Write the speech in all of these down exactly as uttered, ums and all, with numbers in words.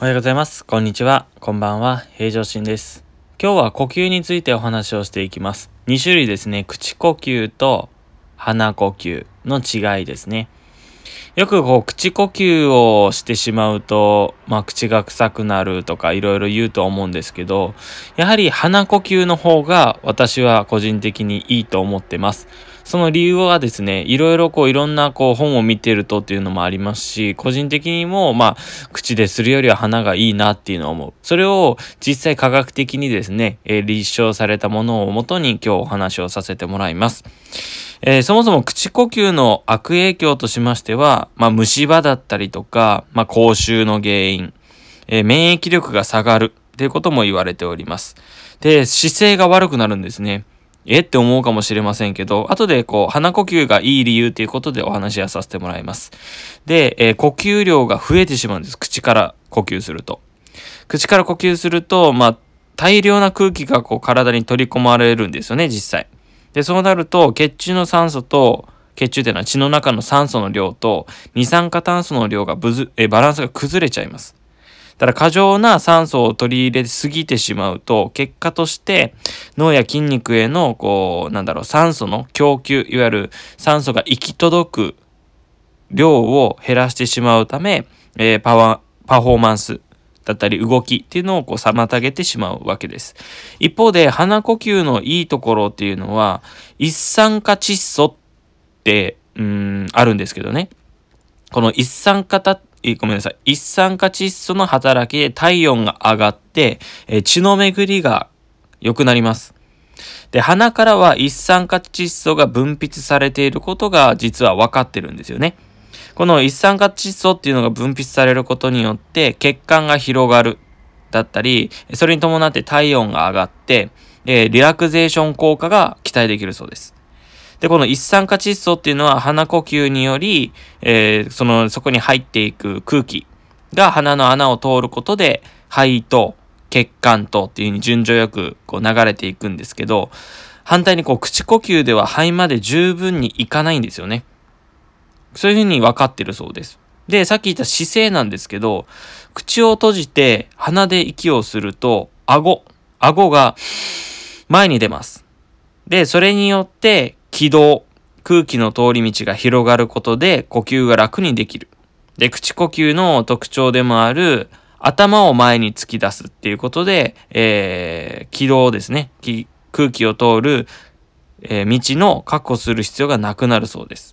おはようございます。こんにちは。こんばんは。平常心です。今日は呼吸についてお話をしていきます。に種類ですね。口呼吸と鼻呼吸の違いですね。よくこう口呼吸をしてしまうと、まあ口が臭くなるとかいろいろ言うと思うんですけど、やはり鼻呼吸の方が私は個人的にいいと思ってます。その理由はですね、いろいろこういろんなこう本を見てるとっていうのもありますし、個人的にもまあ口でするよりは鼻がいいなっていうのを思う。それを実際科学的にですね、えー立証されたものをもとに今日お話をさせてもらいます。えーそもそも口呼吸の悪影響としましては、まあ虫歯だったりとか、まあ口臭の原因、えー免疫力が下がるっていうことも言われております。で、姿勢が悪くなるんですね。えって思うかもしれませんけど、後でこう鼻呼吸がいい理由っていうことでお話しさせてもらいます。で、えー呼吸量が増えてしまうんです。口から呼吸すると。口から呼吸すると、まあ大量な空気がこう体に取り込まれるんですよね、実際。で、そうなると、血中の酸素と、血中というのは血の中の酸素の量と二酸化炭素の量がぶずえバランスが崩れちゃいます。ただ過剰な酸素を取り入れすぎてしまうと、結果として脳や筋肉へのこうなんだろう酸素の供給、いわゆる酸素が行き届く量を減らしてしまうため、えーパワーパフォーマンスだったり動きっていうのをこう妨げてしまうわけです。一方で鼻呼吸のいいところっていうのは一酸化窒素ってうーんあるんですけどね。この一酸化たえごめんなさい。一酸化窒素の働きで体温が上がって、えー血の巡りが良くなります。で、鼻からは一酸化窒素が分泌されていることが実は分かってるんですよね。この一酸化窒素っていうのが分泌されることによって血管が広がるだったり、それに伴って体温が上がって、えーリラクゼーション効果が期待できるそうです。で、この一酸化窒素っていうのは鼻呼吸により、えーその、そこに入っていく空気が鼻の穴を通ることで、肺と血管とっていう風に順序よくこう流れていくんですけど、反対にこう口呼吸では肺まで十分にいかないんですよね。そういう風に分かってるそうです。で、さっき言った姿勢なんですけど、口を閉じて鼻で息をすると、顎、顎が前に出ます。で、それによって気道、空気の通り道が広がることで呼吸が楽にできる。で、口呼吸の特徴でもある頭を前に突き出すっていうことで、えー、気道ですね。気空気を通る、えー道の確保する必要がなくなるそうです。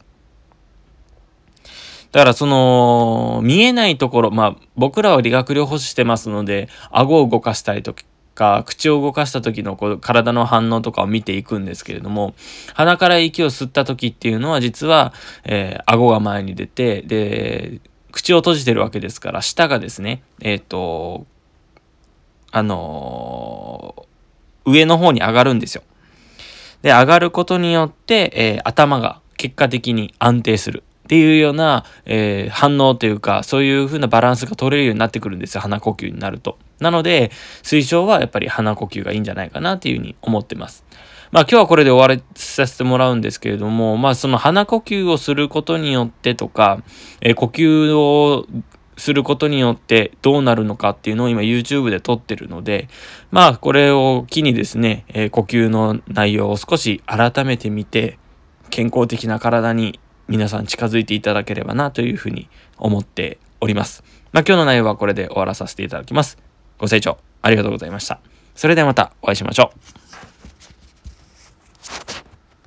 だからその、見えないところ、まあ僕らは理学療法士してますので、顎を動かしたりとか、口を動かした時のこう体の反応とかを見ていくんですけれども、鼻から息を吸った時っていうのは実は、えー、顎が前に出て、で、口を閉じてるわけですから、舌がですね、えっと、あのー上の方に上がるんですよ。で、上がることによって、えー頭が結果的に安定する。っていうような、えー反応というか、そういう風なバランスが取れるようになってくるんですよ。鼻呼吸になると。なので、推奨はやっぱり鼻呼吸がいいんじゃないかなっていう風に思ってます。まあ今日はこれで終わりさせてもらうんですけれども、まあその鼻呼吸をすることによってとか、えー呼吸をすることによってどうなるのかっていうのを今 YouTube で撮ってるので、まあこれを機にですね、えー呼吸の内容を少し改めてみて、健康的な体に皆さん近づいていただければなというふうに思っております。まあ今日の内容はこれで終わらさせていただきます。ご清聴ありがとうございました。それではまたお会いしましょう。